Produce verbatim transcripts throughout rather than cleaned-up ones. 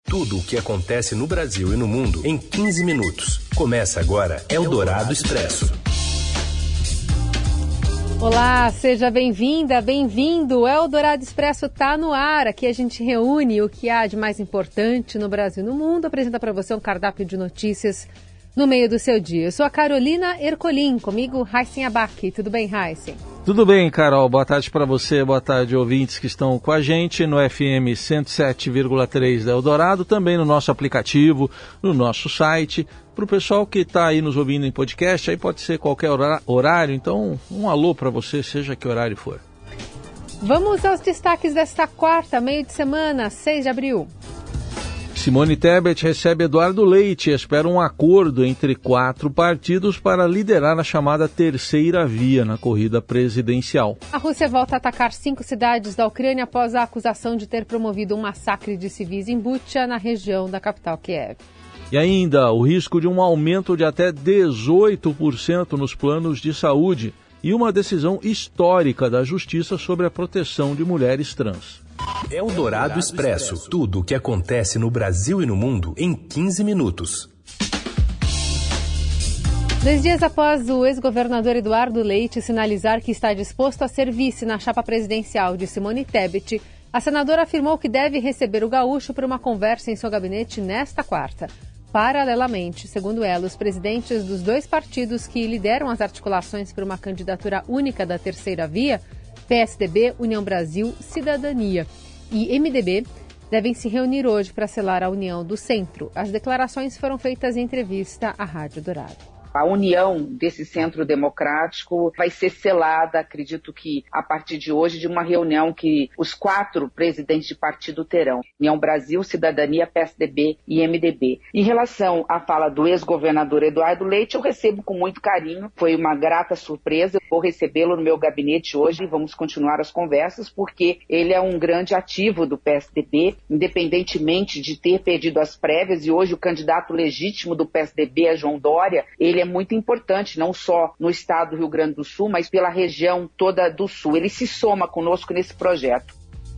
Tudo o que acontece no Brasil e no mundo em quinze minutos. Começa agora Eldorado Expresso. Olá, seja bem-vinda, bem-vindo. O Eldorado Expresso está no ar. Aqui a gente reúne o que há de mais importante no Brasil e no mundo. Apresenta para você um cardápio de notícias no meio do seu dia. Eu sou a Carolina Ercolim, comigo Raíssen Abac. Tudo bem, Raíssen? Tudo bem, Carol. Boa tarde para você, boa tarde, ouvintes que estão com a gente no F M cento e sete vírgula três da Eldorado, também no nosso aplicativo, no nosso site. Para o pessoal que está aí nos ouvindo em podcast, aí pode ser qualquer horário, então um alô para você, seja que horário for. Vamos aos destaques desta quarta, meio de semana, seis de abril. Simone Tebet recebe Eduardo Leite e espera um acordo entre quatro partidos para liderar a chamada terceira via na corrida presidencial. A Rússia volta a atacar cinco cidades da Ucrânia após a acusação de ter promovido um massacre de civis em Bucha, na região da capital Kiev. E ainda o risco de um aumento de até dezoito por cento nos planos de saúde e uma decisão histórica da Justiça sobre a proteção de mulheres trans. Eldorado Expresso. Tudo o que acontece no Brasil e no mundo em quinze minutos. Dois dias após o ex-governador Eduardo Leite sinalizar que está disposto a ser vice na chapa presidencial de Simone Tebet, a senadora afirmou que deve receber o gaúcho para uma conversa em seu gabinete nesta quarta. Paralelamente, segundo ela, os presidentes dos dois partidos que lideram as articulações para uma candidatura única da terceira via, P S D B, União Brasil, Cidadania e M D B, devem se reunir hoje para selar a união do centro. As declarações foram feitas em entrevista à Rádio Dourado. A união desse centro democrático vai ser selada, acredito que a partir de hoje, de uma reunião que os quatro presidentes de partido terão. União Brasil, Cidadania, P S D B e M D B. Em relação à fala do ex-governador Eduardo Leite, eu recebo com muito carinho. Foi uma grata surpresa. Vou recebê-lo no meu gabinete hoje e vamos continuar as conversas, porque ele é um grande ativo do P S D B, independentemente de ter perdido as prévias, e hoje o candidato legítimo do P S D B é João Dória. Ele é muito importante, não só no estado do Rio Grande do Sul, mas pela região toda do Sul. Ele se soma conosco nesse projeto.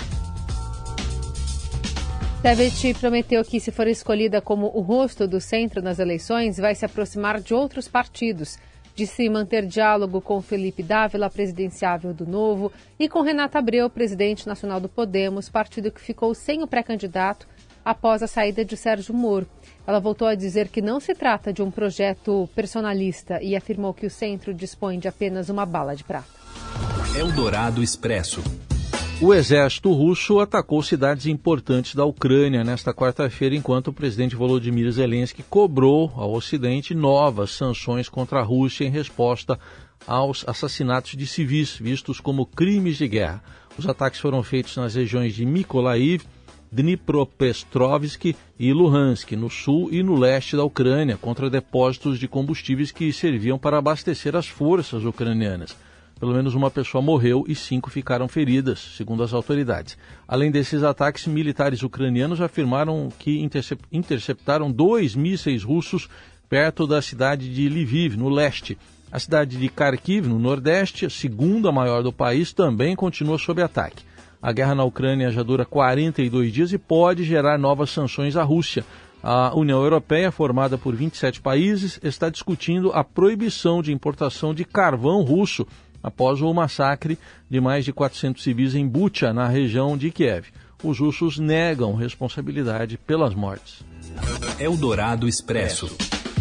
Tebet prometeu que, se for escolhida como o rosto do centro nas eleições, vai se aproximar de outros partidos. Disse manter diálogo com Felipe Dávila, presidenciável do Novo, e com Renata Abreu, presidente nacional do Podemos, partido que ficou sem o pré-candidato após a saída de Sérgio Moro. Ela voltou a dizer que não se trata de um projeto personalista e afirmou que o centro dispõe de apenas uma bala de prata. Eldorado Expresso. O exército russo atacou cidades importantes da Ucrânia nesta quarta-feira, enquanto o presidente Volodymyr Zelensky cobrou ao Ocidente novas sanções contra a Rússia em resposta aos assassinatos de civis, vistos como crimes de guerra. Os ataques foram feitos nas regiões de Mykolaiv, Dnipropetrovsk e Luhansk, no sul e no leste da Ucrânia, contra depósitos de combustíveis que serviam para abastecer as forças ucranianas. Pelo menos uma pessoa morreu e cinco ficaram feridas, segundo as autoridades. Além desses ataques, militares ucranianos afirmaram que intercep- interceptaram dois mísseis russos perto da cidade de Lviv, no leste. A cidade de Kharkiv, no nordeste, a segunda maior do país, também continua sob ataque. A guerra na Ucrânia já dura quarenta e dois dias e pode gerar novas sanções à Rússia. A União Europeia, formada por vinte e sete países, está discutindo a proibição de importação de carvão russo após o massacre de mais de quatrocentos civis em Bucha, na região de Kiev. Os russos negam responsabilidade pelas mortes. Eldorado Expresso.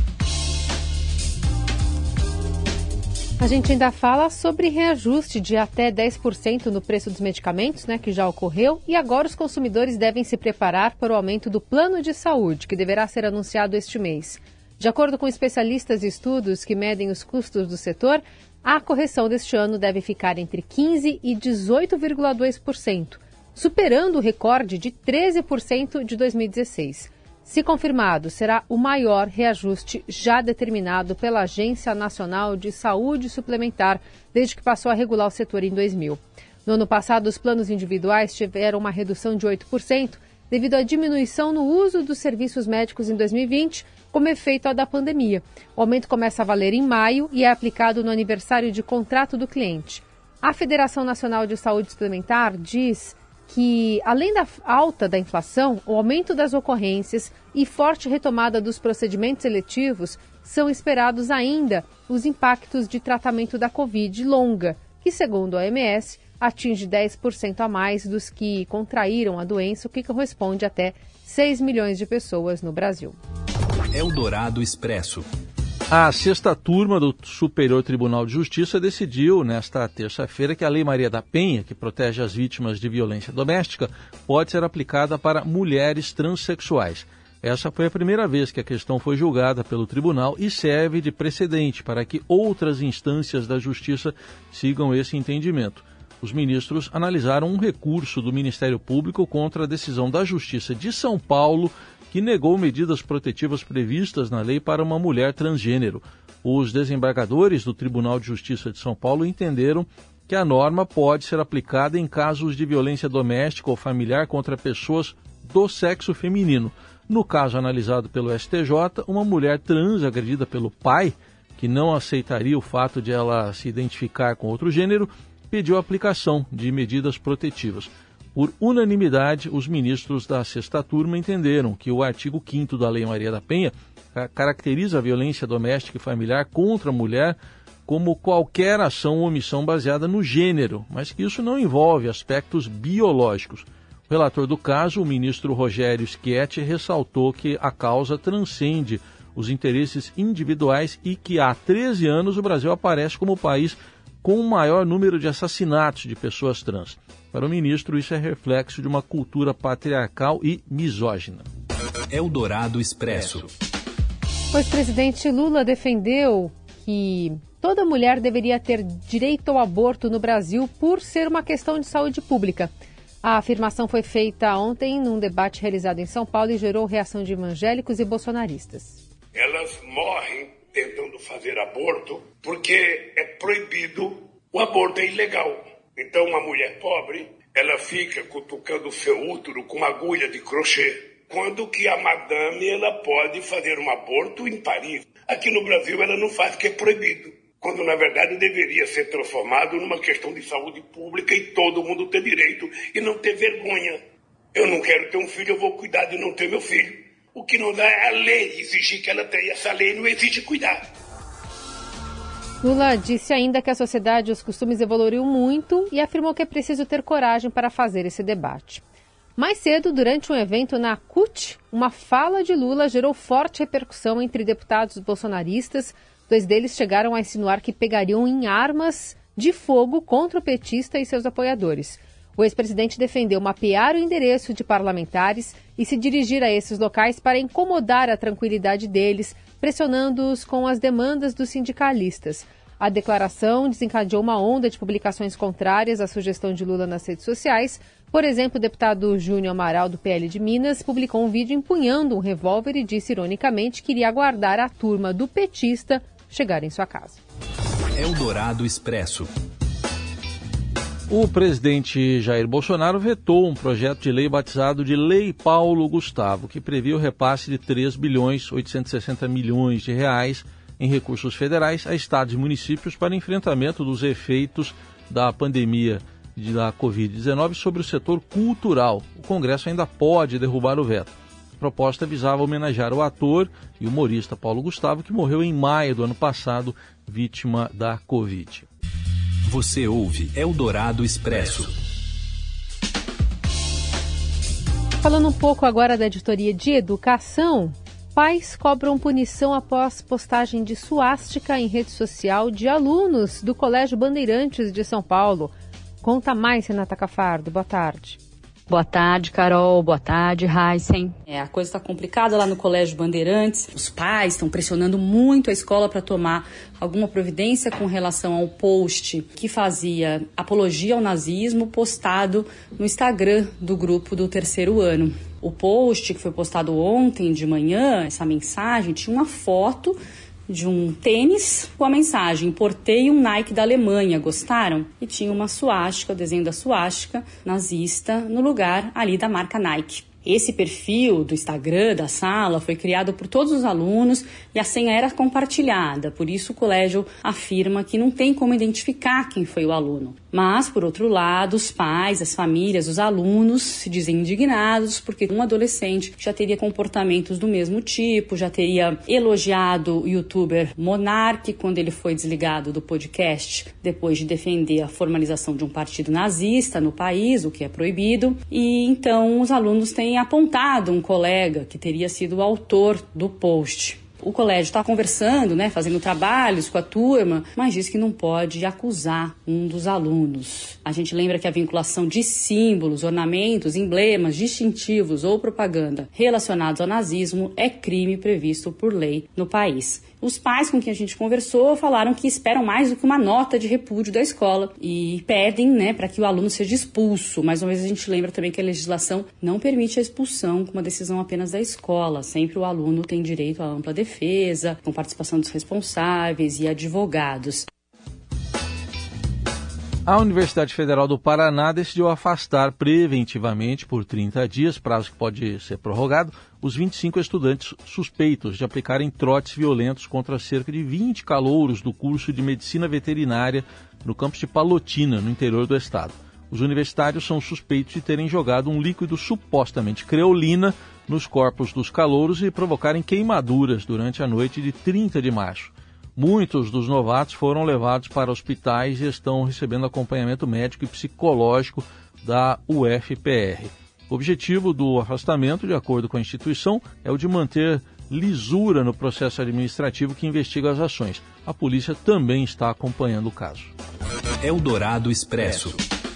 A gente ainda fala sobre reajuste de até dez por cento no preço dos medicamentos, né, que já ocorreu, e agora os consumidores devem se preparar para o aumento do plano de saúde, que deverá ser anunciado este mês. De acordo com especialistas e estudos que medem os custos do setor, a correção deste ano deve ficar entre quinze por cento e dezoito vírgula dois por cento, superando o recorde de treze por cento de dois mil e dezesseis. Se confirmado, será o maior reajuste já determinado pela Agência Nacional de Saúde Suplementar desde que passou a regular o setor em dois mil. No ano passado, os planos individuais tiveram uma redução de oito por cento devido à diminuição no uso dos serviços médicos em dois mil e vinte, como efeito da pandemia. O aumento começa a valer em maio e é aplicado no aniversário de contrato do cliente. A Federação Nacional de Saúde Suplementar diz que, além da alta da inflação, o aumento das ocorrências e forte retomada dos procedimentos seletivos são esperados ainda os impactos de tratamento da Covid longa, que, segundo a O M S, atinge dez por cento a mais dos que contraíram a doença, o que corresponde a até seis milhões de pessoas no Brasil. Eldorado Expresso. A sexta turma do Superior Tribunal de Justiça decidiu, nesta terça-feira, que a Lei Maria da Penha, que protege as vítimas de violência doméstica, pode ser aplicada para mulheres transexuais. Essa foi a primeira vez que a questão foi julgada pelo tribunal e serve de precedente para que outras instâncias da Justiça sigam esse entendimento. Os ministros analisaram um recurso do Ministério Público contra a decisão da Justiça de São Paulo, que negou medidas protetivas previstas na lei para uma mulher transgênero. Os desembargadores do Tribunal de Justiça de São Paulo entenderam que a norma pode ser aplicada em casos de violência doméstica ou familiar contra pessoas do sexo feminino. No caso analisado pelo S T J, uma mulher trans agredida pelo pai, que não aceitaria o fato de ela se identificar com outro gênero, pediu a aplicação de medidas protetivas. Por unanimidade, os ministros da sexta turma entenderam que o artigo quinto da Lei Maria da Penha caracteriza a violência doméstica e familiar contra a mulher como qualquer ação ou omissão baseada no gênero, mas que isso não envolve aspectos biológicos. O relator do caso, o ministro Rogério Schietti, ressaltou que a causa transcende os interesses individuais e que há treze anos o Brasil aparece como o país com o maior número de assassinatos de pessoas trans. Para o ministro, isso é reflexo de uma cultura patriarcal e misógina. Eldorado Expresso. O ex-presidente Lula defendeu que toda mulher deveria ter direito ao aborto no Brasil por ser uma questão de saúde pública. A afirmação foi feita ontem num debate realizado em São Paulo e gerou reação de evangélicos e bolsonaristas. Elas morrem tentando fazer aborto porque é proibido, o aborto é ilegal. Então uma mulher pobre, ela fica cutucando o seu útero com agulha de crochê, quando que a madame ela pode fazer um aborto em Paris. Aqui no Brasil ela não faz porque é proibido, quando na verdade deveria ser transformado numa questão de saúde pública e todo mundo ter direito e não ter vergonha. Eu não quero ter um filho, eu vou cuidar de não ter meu filho. O que não dá é a lei exigir que ela tenha, essa lei não exige cuidar. Lula disse ainda que a sociedade e os costumes evoluíram muito e afirmou que é preciso ter coragem para fazer esse debate. Mais cedo, durante um evento na C U T, uma fala de Lula gerou forte repercussão entre deputados bolsonaristas. Dois deles chegaram a insinuar que pegariam em armas de fogo contra o petista e seus apoiadores. O ex-presidente defendeu mapear o endereço de parlamentares e se dirigir a esses locais para incomodar a tranquilidade deles, pressionando-os com as demandas dos sindicalistas. A declaração desencadeou uma onda de publicações contrárias à sugestão de Lula nas redes sociais. Por exemplo, o deputado Júnior Amaral, do P L de Minas, publicou um vídeo empunhando um revólver e disse ironicamente que iria aguardar a turma do petista chegar em sua casa. Eldorado Expresso. O presidente Jair Bolsonaro vetou um projeto de lei batizado de Lei Paulo Gustavo, que previa o repasse de três bilhões oitocentos e sessenta milhões de reais em recursos federais a estados e municípios para enfrentamento dos efeitos da pandemia da covid dezenove sobre o setor cultural. O Congresso ainda pode derrubar o veto. A proposta visava homenagear o ator e humorista Paulo Gustavo, que morreu em maio do ano passado, vítima da Covid. Você ouve Eldorado Expresso. Falando um pouco agora da editoria de educação, pais cobram punição após postagem de suástica em rede social de alunos do Colégio Bandeirantes de São Paulo. Conta mais, Renata Cafardo. Boa tarde. Boa tarde, Carol. Boa tarde, Heisen. É, a coisa está complicada lá no Colégio Bandeirantes. Os pais estão pressionando muito a escola para tomar alguma providência com relação ao post que fazia apologia ao nazismo postado no Instagram do grupo do terceiro ano. O post que foi postado ontem de manhã, essa mensagem, tinha uma foto de um tênis com a mensagem: importei um Nike da Alemanha, gostaram? E tinha uma suástica, o desenho da suástica nazista, no lugar ali da marca Nike. Esse perfil do Instagram da sala foi criado por todos os alunos e a senha era compartilhada, por isso o colégio afirma que não tem como identificar quem foi o aluno. Mas, por outro lado, os pais, as famílias, os alunos se dizem indignados porque um adolescente já teria comportamentos do mesmo tipo, já teria elogiado o youtuber Monark quando ele foi desligado do podcast depois de defender a formalização de um partido nazista no país, o que é proibido, e então os alunos têm apontado um colega que teria sido o autor do post. O colégio está conversando, né, fazendo trabalhos com a turma, mas diz que não pode acusar um dos alunos. A gente lembra que a vinculação de símbolos, ornamentos, emblemas, distintivos ou propaganda relacionados ao nazismo é crime previsto por lei no país. Os pais com quem a gente conversou falaram que esperam mais do que uma nota de repúdio da escola e pedem, né, para que o aluno seja expulso. Mais uma vez a gente lembra também que a legislação não permite a expulsão com uma decisão apenas da escola. Sempre o aluno tem direito à ampla defesa, com participação dos responsáveis e advogados. A Universidade Federal do Paraná decidiu afastar preventivamente por trinta dias, prazo que pode ser prorrogado, os vinte e cinco estudantes suspeitos de aplicarem trotes violentos contra cerca de vinte calouros do curso de Medicina Veterinária no campus de Palotina, no interior do estado. Os universitários são suspeitos de terem jogado um líquido supostamente creolina nos corpos dos calouros e provocarem queimaduras durante a noite de trinta de março. Muitos dos novatos foram levados para hospitais e estão recebendo acompanhamento médico e psicológico da U F P R. O objetivo do afastamento, de acordo com a instituição, é o de manter lisura no processo administrativo que investiga as ações. A polícia também está acompanhando o caso. Eldorado Expresso.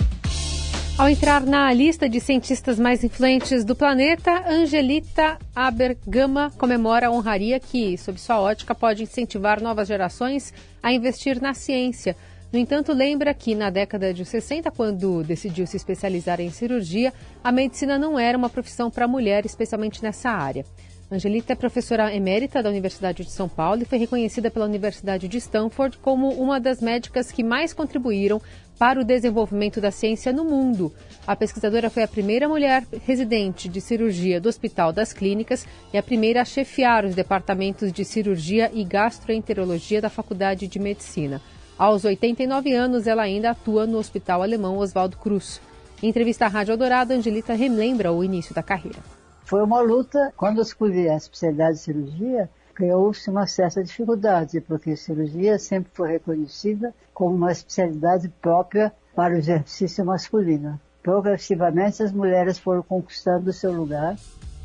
Ao entrar na lista de cientistas mais influentes do planeta, Angelita Abergama comemora a honraria que, sob sua ótica, pode incentivar novas gerações a investir na ciência. No entanto, lembra que na década de sessenta, quando decidiu se especializar em cirurgia, a medicina não era uma profissão para mulher, especialmente nessa área. Angelita é professora emérita da Universidade de São Paulo e foi reconhecida pela Universidade de Stanford como uma das médicas que mais contribuíram para o desenvolvimento da ciência no mundo. A pesquisadora foi a primeira mulher residente de cirurgia do Hospital das Clínicas e a primeira a chefiar os departamentos de cirurgia e gastroenterologia da Faculdade de Medicina. Aos oitenta e nove anos, ela ainda atua no Hospital Alemão Oswaldo Cruz. Em entrevista à Rádio Eldorado, Angelita relembra o início da carreira. Foi uma luta. Quando eu escolhi a especialidade de cirurgia, criou-se uma certa dificuldade, porque a cirurgia sempre foi reconhecida como uma especialidade própria para o exercício masculino. Progressivamente, as mulheres foram conquistando o seu lugar.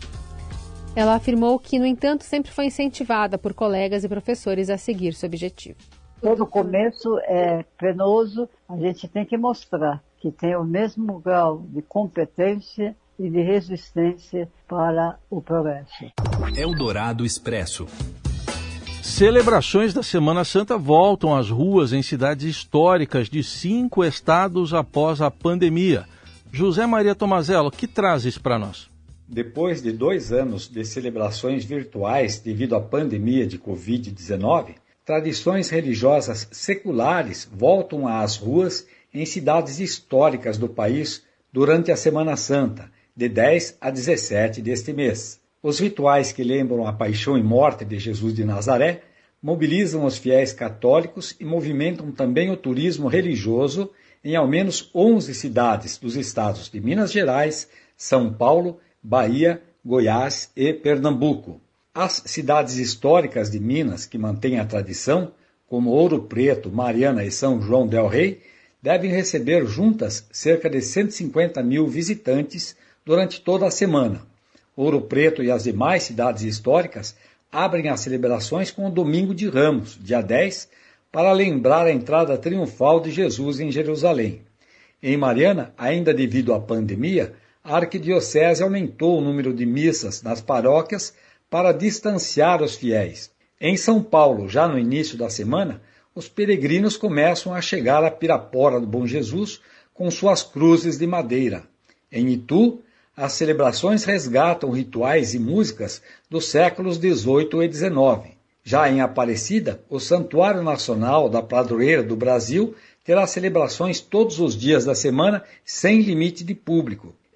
Ela afirmou que, no entanto, sempre foi incentivada por colegas e professores a seguir seu objetivo. Todo começo é penoso, a gente tem que mostrar que tem o mesmo grau de competência e de resistência para o progresso. Eldorado Expresso. Celebrações da Semana Santa voltam às ruas em cidades históricas de cinco estados após a pandemia. José Maria Tomazello, que traz isso para nós? Depois de dois anos de celebrações virtuais devido à pandemia de covid dezenove, tradições religiosas seculares voltam às ruas em cidades históricas do país durante a Semana Santa, de dez a dezessete deste mês. Os rituais que lembram a paixão e morte de Jesus de Nazaré mobilizam os fiéis católicos e movimentam também o turismo religioso em ao menos onze cidades dos estados de Minas Gerais, São Paulo, Bahia, Goiás e Pernambuco. As cidades históricas de Minas que mantêm a tradição, como Ouro Preto, Mariana e São João del Rei, devem receber juntas cerca de cento e cinquenta mil visitantes durante toda a semana. Ouro Preto e as demais cidades históricas abrem as celebrações com o Domingo de Ramos, dia dez, para lembrar a entrada triunfal de Jesus em Jerusalém. Em Mariana, ainda devido à pandemia, a arquidiocese aumentou o número de missas nas paróquias para distanciar os fiéis. Em São Paulo, já no início da semana, os peregrinos começam a chegar a Pirapora do Bom Jesus com suas cruzes de madeira. Em Itu, as celebrações resgatam rituais e músicas dos séculos dezoito e dezenove. Já em Aparecida, o Santuário Nacional da Padroeira do Brasil terá celebrações todos os dias da semana sem limite de público.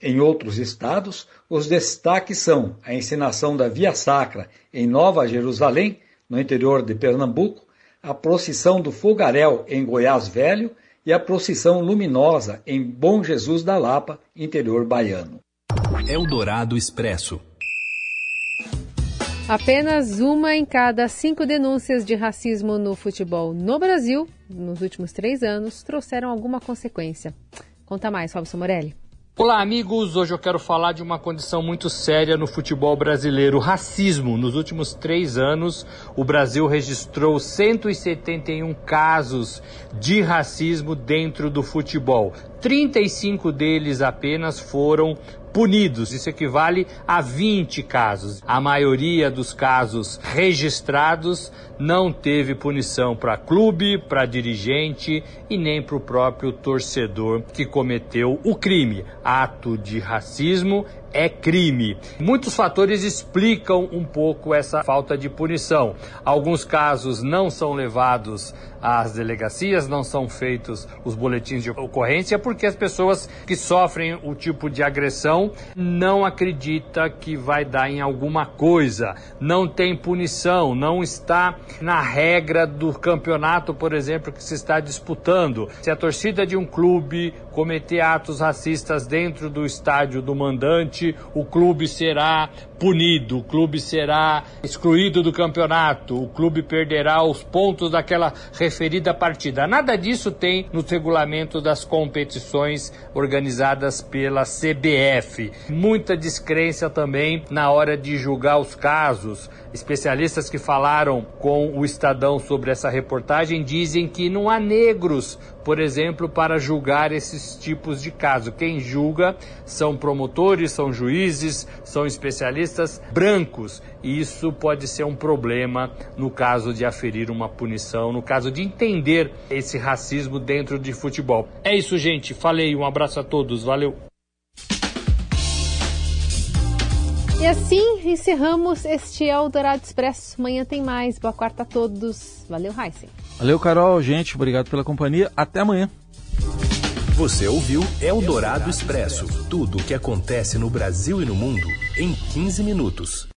Em outros estados, os destaques são a encenação da Via Sacra em Nova Jerusalém, no interior de Pernambuco, a procissão do Fogaréu em Goiás Velho e a procissão luminosa em Bom Jesus da Lapa, interior baiano. Eldorado Expresso. Apenas uma em cada cinco denúncias de racismo no futebol no Brasil, nos últimos três anos, trouxeram alguma consequência. Conta mais, Robson Morelli. Olá, amigos. Hoje eu quero falar de uma condição muito séria no futebol brasileiro, racismo. Nos últimos três anos, o Brasil registrou cento e setenta e um casos de racismo dentro do futebol. trinta e cinco deles apenas foram punidos. Isso equivale a vinte casos. A maioria dos casos registrados não teve punição para clube, para dirigente e nem para o próprio torcedor que cometeu o crime. Ato de racismo é crime. Muitos fatores explicam um pouco essa falta de punição. Alguns casos não são levados às delegacias, não são feitos os boletins de ocorrência, porque as pessoas que sofrem o tipo de agressão não acreditam que vai dar em alguma coisa. Não tem punição, não está na regra do campeonato, por exemplo, que se está disputando. Se a torcida de um clube cometer atos racistas dentro do estádio do mandante, o clube será punido, o clube será excluído do campeonato, o clube perderá os pontos daquela referida partida. Nada disso tem no regulamento das competições organizadas pela C B F. Muita descrença também na hora de julgar os casos. Especialistas que falaram com o Estadão sobre essa reportagem dizem que não há negros, por exemplo, para julgar esses tipos de casos. Quem julga são promotores, são juízes, são especialistas brancos. E isso pode ser um problema no caso de aferir uma punição, no caso de entender esse racismo dentro de futebol. É isso, gente. Falei. Um abraço a todos. Valeu. E assim encerramos este Eldorado Expresso. Amanhã tem mais. Boa quarta a todos. Valeu, Heisen. Valeu, Carol. Gente, obrigado pela companhia. Até amanhã. Você ouviu Eldorado Expresso. Tudo o que acontece no Brasil e no mundo em quinze minutos.